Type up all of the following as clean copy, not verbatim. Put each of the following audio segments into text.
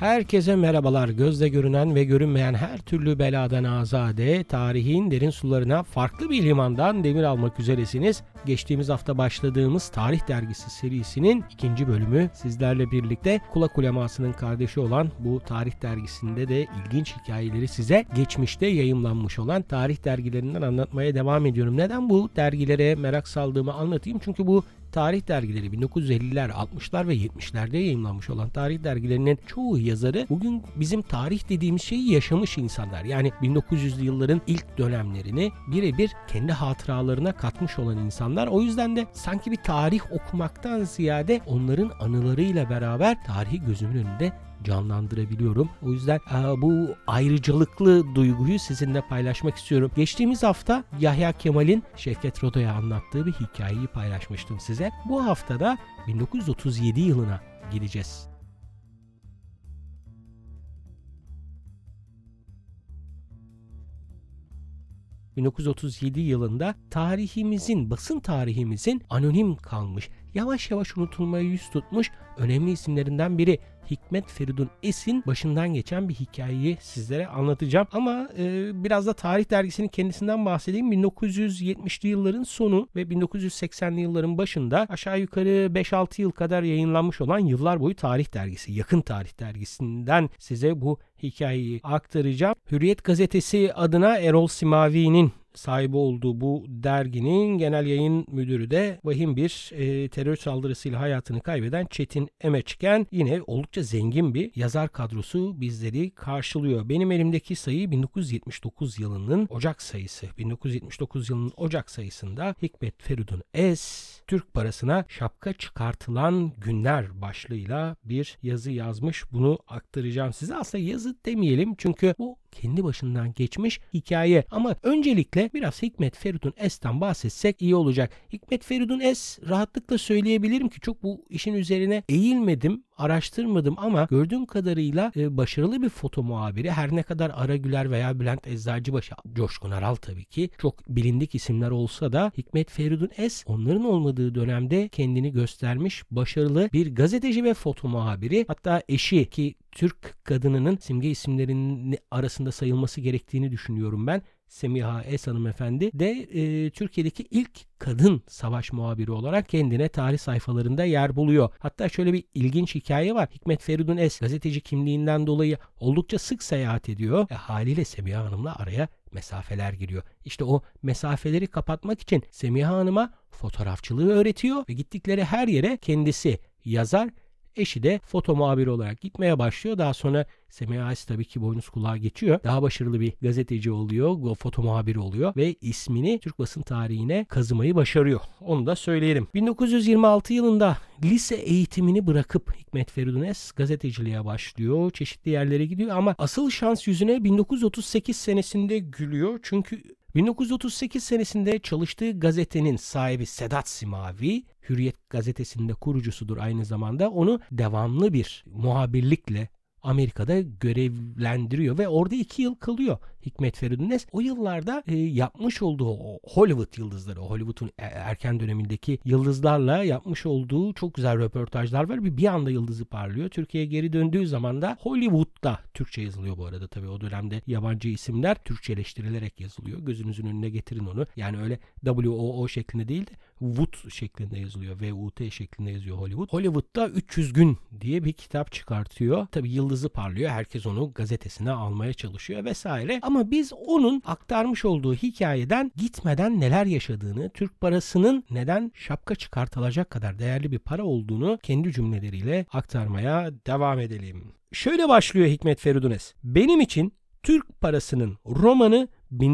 Herkese merhabalar. Gözle görünen ve görünmeyen her türlü beladan azade, tarihin derin sularına farklı bir limandan demir almak üzeresiniz. Geçtiğimiz hafta başladığımız Tarih Dergisi serisinin ikinci bölümü sizlerle birlikte Kulak Uleması'nın kardeşi olan bu Tarih Dergisi'nde de ilginç hikayeleri size geçmişte yayımlanmış olan tarih dergilerinden anlatmaya devam ediyorum. Neden bu dergilere merak saldığımı anlatayım. Çünkü bu tarih dergileri 1950'ler, 60'lar ve 70'lerde yayımlanmış olan tarih dergilerinin çoğu yazarı bugün bizim tarih dediğimiz şeyi yaşamış insanlar. Yani 1900'lü yılların ilk dönemlerini birebir kendi hatıralarına katmış olan insanlar. O yüzden de sanki bir tarih okumaktan ziyade onların anılarıyla beraber tarihi gözümün önünde canlandırabiliyorum. O yüzden bu ayrıcalıklı duyguyu sizinle paylaşmak istiyorum. Geçtiğimiz hafta Yahya Kemal'in Şevket Rodo'ya anlattığı bir hikayeyi paylaşmıştım size. Bu hafta da 1937 yılına gideceğiz. ...1937 yılında basın tarihimizin anonim kalmış, yavaş yavaş unutulmaya yüz tutmuş önemli isimlerinden biri Hikmet Feridun Es'in başından geçen bir hikayeyi sizlere anlatacağım. Ama biraz da Tarih Dergisi'nin kendisinden bahsedeyim. 1970'li yılların sonu ve 1980'li yılların başında aşağı yukarı 5-6 yıl kadar yayınlanmış olan Yıllar Boyu Tarih Dergisi, Yakın Tarih Dergisi'nden size bu hikayeyi aktaracağım. Hürriyet Gazetesi adına Erol Simavi'nin sahibi olduğu bu derginin genel yayın müdürü de vahim bir terör saldırısıyla hayatını kaybeden Çetin Emeçken. Yine oldukça zengin bir yazar kadrosu bizleri karşılıyor. Benim elimdeki sayı 1979 yılının Ocak sayısı. 1979 yılının Ocak sayısında Hikmet Feridun Es Türk parasına şapka çıkartılan günler başlığıyla bir yazı yazmış. Bunu aktaracağım size. Aslında yazı demeyelim çünkü bu kendi başından geçmiş hikaye. Ama öncelikle biraz Hikmet Feridun Es'ten bahsetsek iyi olacak. Hikmet Feridun Es, rahatlıkla söyleyebilirim ki çok bu işin üzerine eğilmedim, araştırmadım ama gördüğüm kadarıyla başarılı bir foto muhabiri. Her ne kadar Ara Güler veya Bülent Eczacıbaşı, Coşkun Aral tabii ki çok bilindik isimler olsa da Hikmet Feridun Es onların olmadığı dönemde kendini göstermiş başarılı bir gazeteci ve foto muhabiri. Hatta eşi, ki Türk kadınının simge isimlerinin arasında sayılması gerektiğini düşünüyorum ben, Semiha Es hanımefendi de Türkiye'deki ilk kadın savaş muhabiri olarak kendine tarih sayfalarında yer buluyor. Hatta şöyle bir ilginç hikaye var. Hikmet Feridun Es gazeteci kimliğinden dolayı oldukça sık seyahat ediyor. Haliyle Semiha Hanım'la araya mesafeler giriyor. İşte o mesafeleri kapatmak için Semiha Hanım'a fotoğrafçılığı öğretiyor ve gittikleri her yere kendisi yazar, eşi de foto muhabiri olarak gitmeye başlıyor. Daha sonra Semiha Es tabii ki boynuz kulağa geçiyor. Daha başarılı bir gazeteci oluyor, foto muhabiri oluyor ve ismini Türk basın tarihine kazımayı başarıyor. Onu da söyleyelim. 1926 yılında lise eğitimini bırakıp Hikmet Feridun Es gazeteciliğe başlıyor. Çeşitli yerlere gidiyor ama asıl şans yüzüne 1938 senesinde gülüyor. Çünkü 1938 senesinde çalıştığı gazetenin sahibi Sedat Simavi, Hürriyet Gazetesi'nde kurucusudur aynı zamanda, onu devamlı bir muhabirlikle Amerika'da görevlendiriyor ve orada 2 yıl kalıyor Hikmet Feridun Es. O yıllarda yapmış olduğu Hollywood yıldızları, Hollywood'un erken dönemindeki yıldızlarla yapmış olduğu çok güzel röportajlar var. Bir anda yıldızı parlıyor. Türkiye'ye geri döndüğü zaman da Hollywood'da, Türkçe yazılıyor bu arada tabii o dönemde, yabancı isimler Türkçeleştirilerek yazılıyor. Gözünüzün önüne getirin onu. Yani öyle WOO şeklinde değil de Wood şeklinde yazılıyor. VUT şeklinde yazıyor Hollywood. Hollywood'da 300 gün diye bir kitap çıkartıyor. Tabii yıldızı parlıyor. Herkes onu gazetesine almaya çalışıyor vesaire. Ama biz onun aktarmış olduğu hikayeden gitmeden neler yaşadığını, Türk parasının neden şapka çıkartılacak kadar değerli bir para olduğunu kendi cümleleriyle aktarmaya devam edelim. Şöyle başlıyor Hikmet Feridun Es. Benim için Türk parasının romanı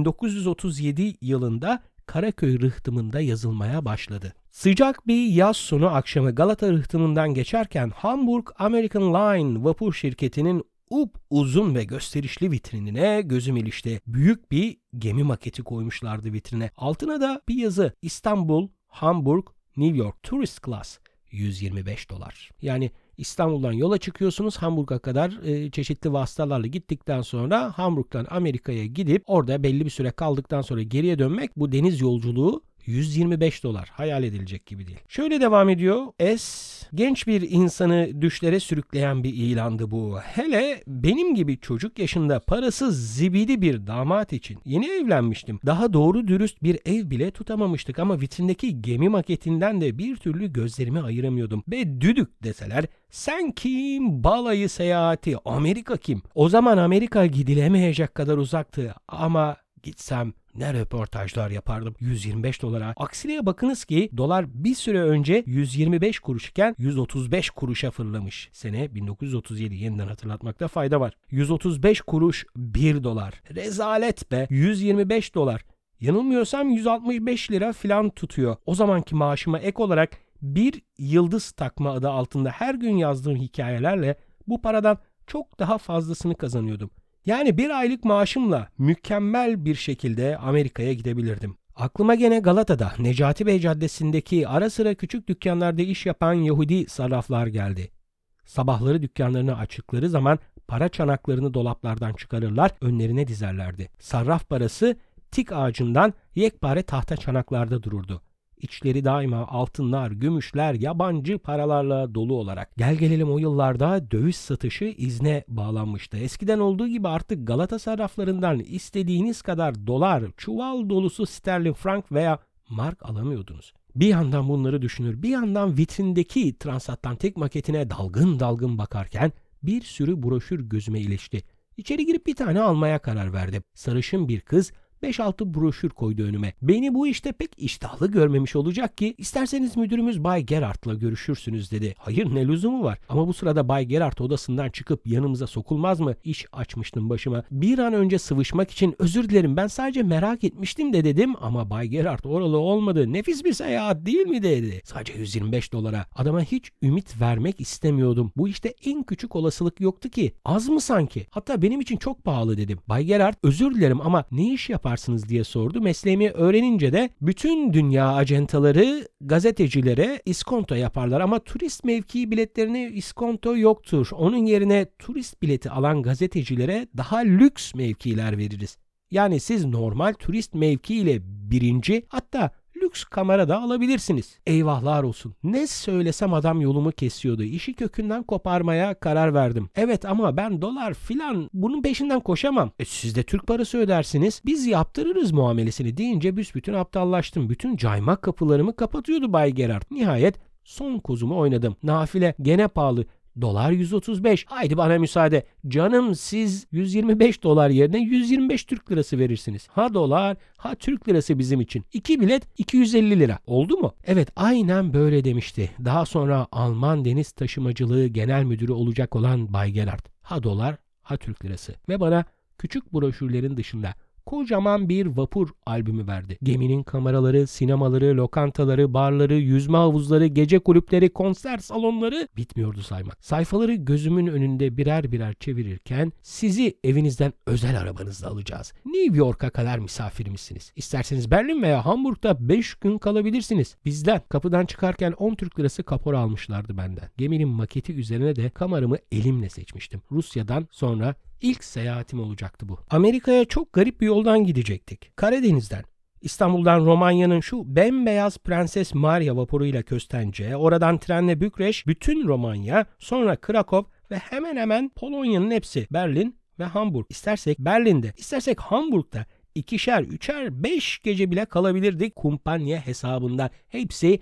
1937 yılında Karaköy rıhtımında yazılmaya başladı. Sıcak bir yaz sonu akşamı Galata rıhtımından geçerken Hamburg American Line vapur şirketinin uzun ve gösterişli vitrinine gözüm ilişti. Büyük bir gemi maketi koymuşlardı vitrine. Altına da bir yazı: İstanbul, Hamburg, New York Tourist Class, $125. Yani İstanbul'dan yola çıkıyorsunuz, Hamburg'a kadar çeşitli vasıtalarla gittikten sonra Hamburg'dan Amerika'ya gidip orada belli bir süre kaldıktan sonra geriye dönmek, bu deniz yolculuğu 125 dolar. Hayal edilecek gibi değil. Şöyle devam ediyor. Genç bir insanı düşlere sürükleyen bir ilandı bu. Hele benim gibi çocuk yaşında parasız zibidi bir damat için. Yeni evlenmiştim. Daha doğru dürüst bir ev bile tutamamıştık ama vitrindeki gemi maketinden de bir türlü gözlerimi ayıramıyordum. Ve düdük deseler, sen kim? Balayı seyahati. Amerika kim? O zaman Amerika gidilemeyecek kadar uzaktı ama gitsem ne röportajlar yapardım 125 dolara. Aksine bakınız ki dolar bir süre önce 125 kuruş iken 135 kuruşa fırlamış. Sene 1937, yeniden hatırlatmakta fayda var. 135 kuruş 1 dolar. Rezalet be. 125 dolar. Yanılmıyorsam 165 lira falan tutuyor. O zamanki maaşıma ek olarak bir yıldız takma adı altında her gün yazdığım hikayelerle bu paradan çok daha fazlasını kazanıyordum. Yani bir aylık maaşımla mükemmel bir şekilde Amerika'ya gidebilirdim. Aklıma gene Galata'da Necati Bey Caddesi'ndeki ara sıra küçük dükkanlarda iş yapan Yahudi sarraflar geldi. Sabahları dükkanlarını açtıkları zaman para çanaklarını dolaplardan çıkarırlar, önlerine dizerlerdi. Sarraf parası tik ağacından yekpare tahta çanaklarda dururdu. İçleri daima altınlar, gümüşler, yabancı paralarla dolu olarak. Gel gelelim o yıllarda döviz satışı izne bağlanmıştı. Eskiden olduğu gibi artık Galata sarraflarından istediğiniz kadar dolar, çuval dolusu sterlin frank veya mark alamıyordunuz. Bir yandan bunları düşünür, bir yandan vitrindeki transatlantik maketine dalgın dalgın bakarken bir sürü broşür gözüme ilişti. İçeri girip bir tane almaya karar verdim. Sarışın bir kız 5-6 broşür koydu önüme. Beni bu işte pek iştahlı görmemiş olacak ki isterseniz müdürümüz Bay Gerard'la görüşürsünüz dedi. Hayır, ne lüzumu var? Ama bu sırada Bay Gerard odasından çıkıp yanımıza sokulmaz mı? İş açmıştım başıma. Bir an önce sıvışmak için özür dilerim, ben sadece merak etmiştim de dedim ama Bay Gerard oralı olmadı. Nefis bir seyahat değil mi dedi. Sadece 125 dolara. Adama hiç ümit vermek istemiyordum. Bu işte en küçük olasılık yoktu ki. Az mı sanki? Hatta benim için çok pahalı dedim. Bay Gerard özür dilerim ama ne iş yaparsınız diye sordu. Mesleğimi öğrenince de bütün dünya acentaları gazetecilere iskonto yaparlar ama turist mevkii biletlerine iskonto yoktur. Onun yerine turist bileti alan gazetecilere daha lüks mevkiler veririz. Yani siz normal turist mevkiiyle birinci, hatta lüks kamera da alabilirsiniz. Eyvahlar olsun. Ne söylesem adam yolumu kesiyordu. İşi kökünden koparmaya karar verdim. Evet ama ben dolar filan bunun peşinden koşamam. Siz de Türk parası ödersiniz. Biz yaptırırız muamelesini deyince büsbütün aptallaştım. Bütün caymak kapılarımı kapatıyordu Bay Gerard. Nihayet son kozumu oynadım. Nafile gene pahalı. Dolar 135. Haydi bana müsaade. Canım, siz 125 dolar yerine 125 Türk lirası verirsiniz. Ha dolar, ha Türk lirası bizim için. 2 bilet 250 lira. Oldu mu? Evet, aynen böyle demişti. Daha sonra Alman Deniz Taşımacılığı Genel Müdürü olacak olan Bay Gerard. Ha dolar, ha Türk lirası. Ve bana küçük broşürlerin dışında kocaman bir vapur albümü verdi. Geminin kameraları, sinemaları, lokantaları, barları, yüzme havuzları, gece kulüpleri, konser salonları bitmiyordu saymak. Sayfaları gözümün önünde birer birer çevirirken sizi evinizden özel arabanızla alacağız. New York'a kadar misafirimizsiniz. İsterseniz Berlin veya Hamburg'da 5 gün kalabilirsiniz. Bizden kapıdan çıkarken 10 Türk lirası kapora almışlardı benden. Geminin maketi üzerine de kameramı elimle seçmiştim. Rusya'dan sonra İlk seyahatim olacaktı bu. Amerika'ya çok garip bir yoldan gidecektik. Karadeniz'den. İstanbul'dan Romanya'nın şu bembeyaz Prenses Maria vapuruyla Köstence, oradan trenle Bükreş, bütün Romanya, sonra Krakow ve hemen hemen Polonya'nın hepsi. Berlin ve Hamburg. İstersek Berlin'de, istersek Hamburg'da 2'şer, 3'er, 5 gece bile kalabilirdik kumpanya hesabında. Hepsi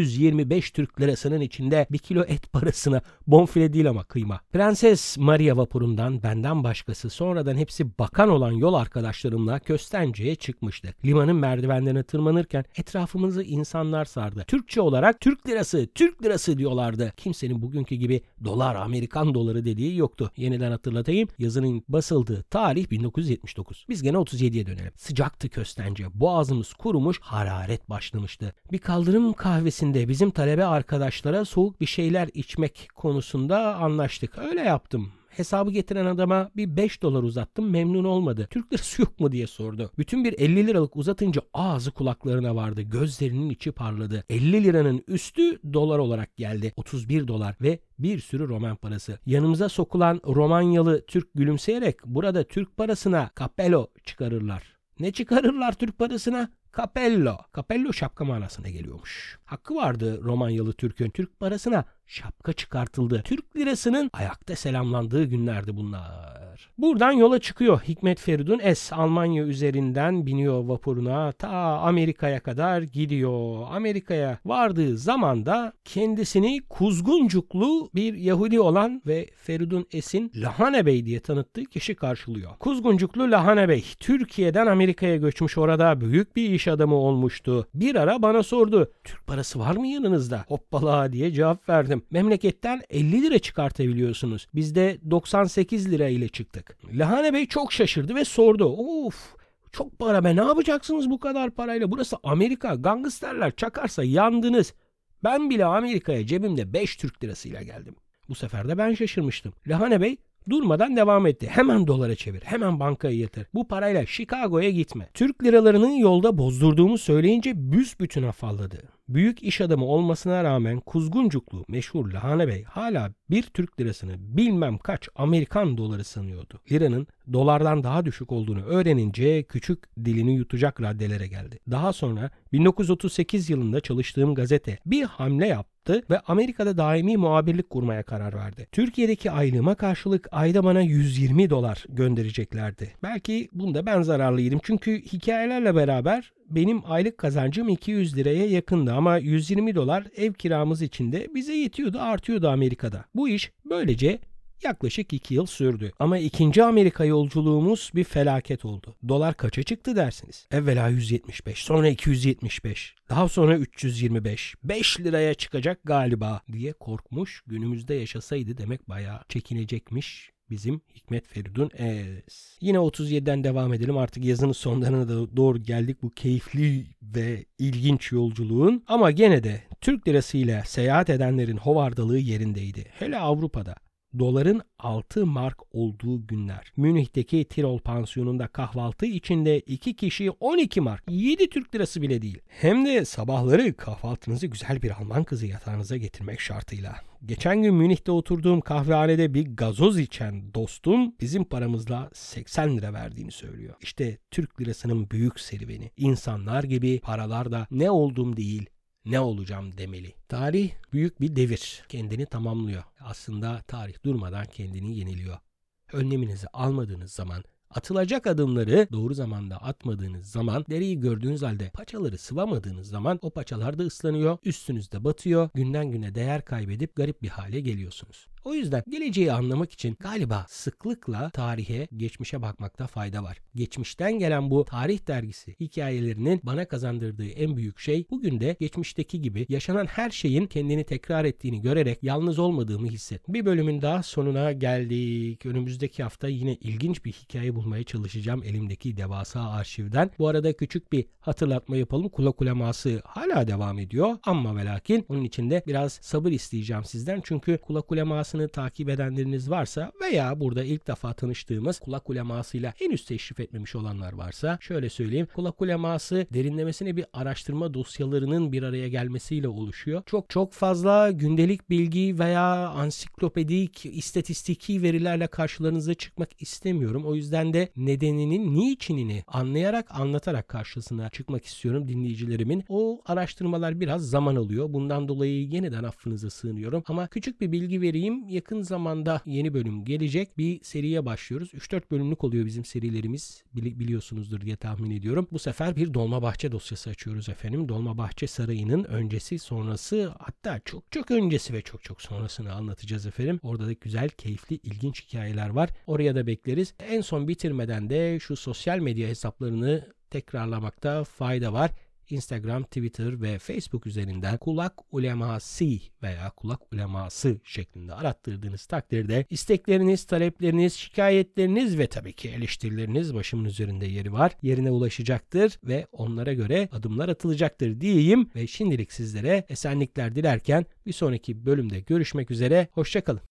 125 Türk lirasının içinde 1 kilo et parasına, bonfile değil ama kıyma. Prenses Maria vapurundan benden başkası sonradan hepsi bakan olan yol arkadaşlarımla Köstence'ye çıkmıştık. Limanın merdivenlerine tırmanırken etrafımızı insanlar sardı. Türkçe olarak Türk lirası, Türk lirası diyorlardı. Kimsenin bugünkü gibi dolar, Amerikan doları dediği yoktu. Yeniden hatırlatayım, yazının basıldığı tarih 1979. Biz gene 37'ye dönelim. Sıcaktı Köstence. Boğazımız kurumuş, hararet başlamıştı. Bir kaldırım kahvesinde bizim talebe arkadaşlara soğuk bir şeyler içmek konusunda anlaştık. Öyle yaptım. Hesabı getiren adama bir 5 dolar uzattım, memnun olmadı. Türk lirası yok mu diye sordu. Bütün bir 50 liralık uzatınca ağzı kulaklarına vardı. Gözlerinin içi parladı. 50 liranın üstü dolar olarak geldi. 31 dolar ve bir sürü Roman parası. Yanımıza sokulan Romanyalı Türk gülümseyerek burada Türk parasına capello çıkarırlar. Ne çıkarırlar Türk parasına? Capello. Capello şapka manasına geliyormuş. Hakkı vardı Romanyalı Türk'ün. Türk parasına şapka çıkartıldı. Türk lirasının ayakta selamlandığı günlerdi bunlar. Buradan yola çıkıyor Hikmet Feridun Es. Almanya üzerinden biniyor vapuruna. Ta Amerika'ya kadar gidiyor. Amerika'ya vardığı zaman da kendisini Kuzguncuklu bir Yahudi olan ve Feridun Es'in Lahane Bey diye tanıttığı kişi karşılıyor. Kuzguncuklu Lahane Bey Türkiye'den Amerika'ya göçmüş, orada büyük bir iş adamı olmuştu. Bir ara bana sordu. Türk parası var mı yanınızda? Hoppala diye cevap verdim. Memleketten 50 lira çıkartabiliyorsunuz. Biz de 98 lira ile çıktık. Lahane Bey çok şaşırdı ve sordu. Of, çok para be, ne yapacaksınız bu kadar parayla? Burası Amerika, gangsterler çakarsa yandınız. Ben bile Amerika'ya cebimde 5 Türk lirasıyla geldim. Bu sefer de ben şaşırmıştım. Lahane Bey durmadan devam etti. Hemen dolara çevir, hemen bankaya yatır. Bu parayla Chicago'ya gitme. Türk liralarını yolda bozdurduğumu söyleyince büsbütün afalladı. Büyük iş adamı olmasına rağmen Kuzguncuklu meşhur Lahane Bey hala bir Türk lirasını bilmem kaç Amerikan doları sanıyordu. Liranın dolardan daha düşük olduğunu öğrenince küçük dilini yutacak raddelere geldi. Daha sonra 1938 yılında çalıştığım gazete bir hamle yaptı ve Amerika'da daimi muhabirlik kurmaya karar verdi. Türkiye'deki aylığıma karşılık ayda bana 120 dolar göndereceklerdi. Belki bunda ben zararlıydım çünkü hikayelerle beraber benim aylık kazancım 200 liraya yakındı ama 120 dolar ev kiramız için de bize yetiyordu, artıyordu Amerika'da. Bu iş böylece yaklaşık 2 yıl sürdü. Ama ikinci Amerika yolculuğumuz bir felaket oldu. Dolar kaça çıktı dersiniz? Evvela 175, sonra 275, daha sonra 325. 5 liraya çıkacak galiba diye korkmuş. Günümüzde yaşasaydı demek bayağı çekinecekmiş bizim Hikmet Feridun Es. Yine 37'den devam edelim. Artık yazının sonlarına da doğru geldik bu keyifli ve ilginç yolculuğun. Ama gene de Türk lirasıyla seyahat edenlerin hovardalığı yerindeydi. Hele Avrupa'da. Doların 6 mark olduğu günler. Münih'teki Tirol pansiyonunda kahvaltı içinde 2 kişi 12 mark. 7 Türk lirası bile değil. Hem de sabahları kahvaltınızı güzel bir Alman kızı yatağınıza getirmek şartıyla. Geçen gün Münih'te oturduğum kahvehanede bir gazoz içen dostum bizim paramızla 80 lira verdiğini söylüyor. İşte Türk lirasının büyük serüveni. İnsanlar gibi paralar da ne oldum değil, ne olacağım demeli. Tarih büyük bir devir. Kendini tamamlıyor. Aslında tarih durmadan kendini yeniliyor. Önleminizi almadığınız zaman, atılacak adımları doğru zamanda atmadığınız zaman, dereyi gördüğünüz halde paçaları sıvamadığınız zaman o paçalar da ıslanıyor, üstünüzde batıyor, günden güne değer kaybedip garip bir hale geliyorsunuz. O yüzden geleceği anlamak için galiba sıklıkla tarihe, geçmişe bakmakta fayda var. Geçmişten gelen bu tarih dergisi hikayelerinin bana kazandırdığı en büyük şey, bugün de geçmişteki gibi yaşanan her şeyin kendini tekrar ettiğini görerek yalnız olmadığımı hissettim. Bir bölümün daha sonuna geldik. Önümüzdeki hafta yine ilginç bir hikaye bulmaya çalışacağım elimdeki devasa arşivden. Bu arada küçük bir hatırlatma yapalım. Kulak uleması hala devam ediyor ama ve lakin onun için de biraz sabır isteyeceğim sizden. Çünkü kulak uleması takip edenleriniz varsa veya burada ilk defa tanıştığımız kulak ulemasıyla henüz teşrif etmemiş olanlar varsa şöyle söyleyeyim. Kulak uleması derinlemesine bir araştırma dosyalarının bir araya gelmesiyle oluşuyor. Çok fazla gündelik bilgi veya ansiklopedik, istatistiki verilerle karşılarınıza çıkmak istemiyorum. O yüzden de nedeninin, niçinini anlayarak, anlatarak karşısına çıkmak istiyorum dinleyicilerimin. O araştırmalar biraz zaman alıyor. Bundan dolayı yeniden affınıza sığınıyorum. Ama küçük bir bilgi vereyim. Yakın zamanda yeni bölüm gelecek. Bir seriye başlıyoruz. 3-4 bölümlük oluyor bizim serilerimiz. Biliyorsunuzdur diye tahmin ediyorum. Bu sefer bir Dolmabahçe dosyası açıyoruz efendim. Dolmabahçe Sarayı'nın öncesi, sonrası, hatta çok öncesi ve çok sonrasını anlatacağız efendim. Orada da güzel, keyifli, ilginç hikayeler var. Oraya da bekleriz. En son bitirmeden de şu sosyal medya hesaplarını tekrarlamakta fayda var. Instagram, Twitter ve Facebook üzerinden Kulak Uleması veya Kulak Uleması şeklinde arattırdığınız takdirde istekleriniz, talepleriniz, şikayetleriniz ve tabii ki eleştirileriniz başımın üzerinde yeri var. Yerine ulaşacaktır ve onlara göre adımlar atılacaktır diyeyim ve şimdilik sizlere esenlikler dilerken bir sonraki bölümde görüşmek üzere. Hoşça kalın.